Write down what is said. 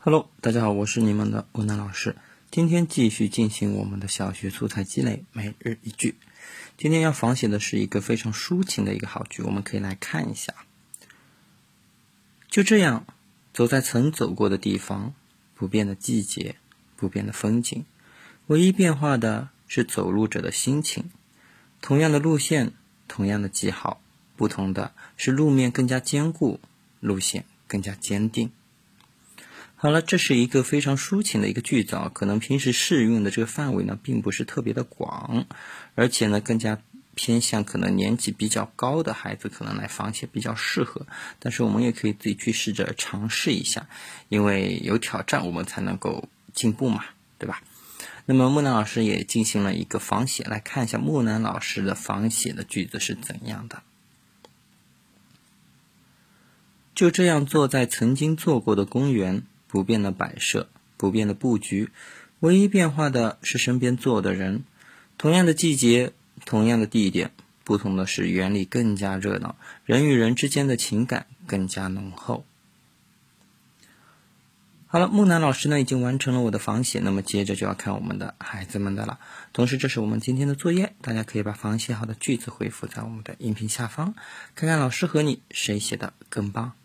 Hello， 大家好，我是你们的欧南老师。今天继续进行我们的小学素材积累每日一句。今天要仿写的是一个非常抒情的一个好句，我们可以来看一下。就这样，走在曾走过的地方，不变的季节，不变的风景，唯一变化的是走路者的心情。同样的路线，同样的记号，不同的是路面更加坚固，路线更加坚定。好了，这是一个非常抒情的一个句子啊，可能平时适用的这个范围呢，并不是特别的广，而且呢，更加偏向可能年纪比较高的孩子可能来仿写比较适合，但是我们也可以自己去试着尝试一下，因为有挑战我们才能够进步嘛，对吧？那么木南老师也进行了一个仿写，来看一下木南老师的仿写的句子是怎样的。就这样坐在曾经坐过的公园，不变的摆设，不变的布局，唯一变化的是身边坐的人。同样的季节，同样的地点，不同的是园里更加热闹，人与人之间的情感更加浓厚。好了，木南老师呢已经完成了我的仿写，那么接着就要看我们的孩子们的了。同时这是我们今天的作业，大家可以把仿写好的句子回复在我们的音频下方，看看老师和你谁写的更棒。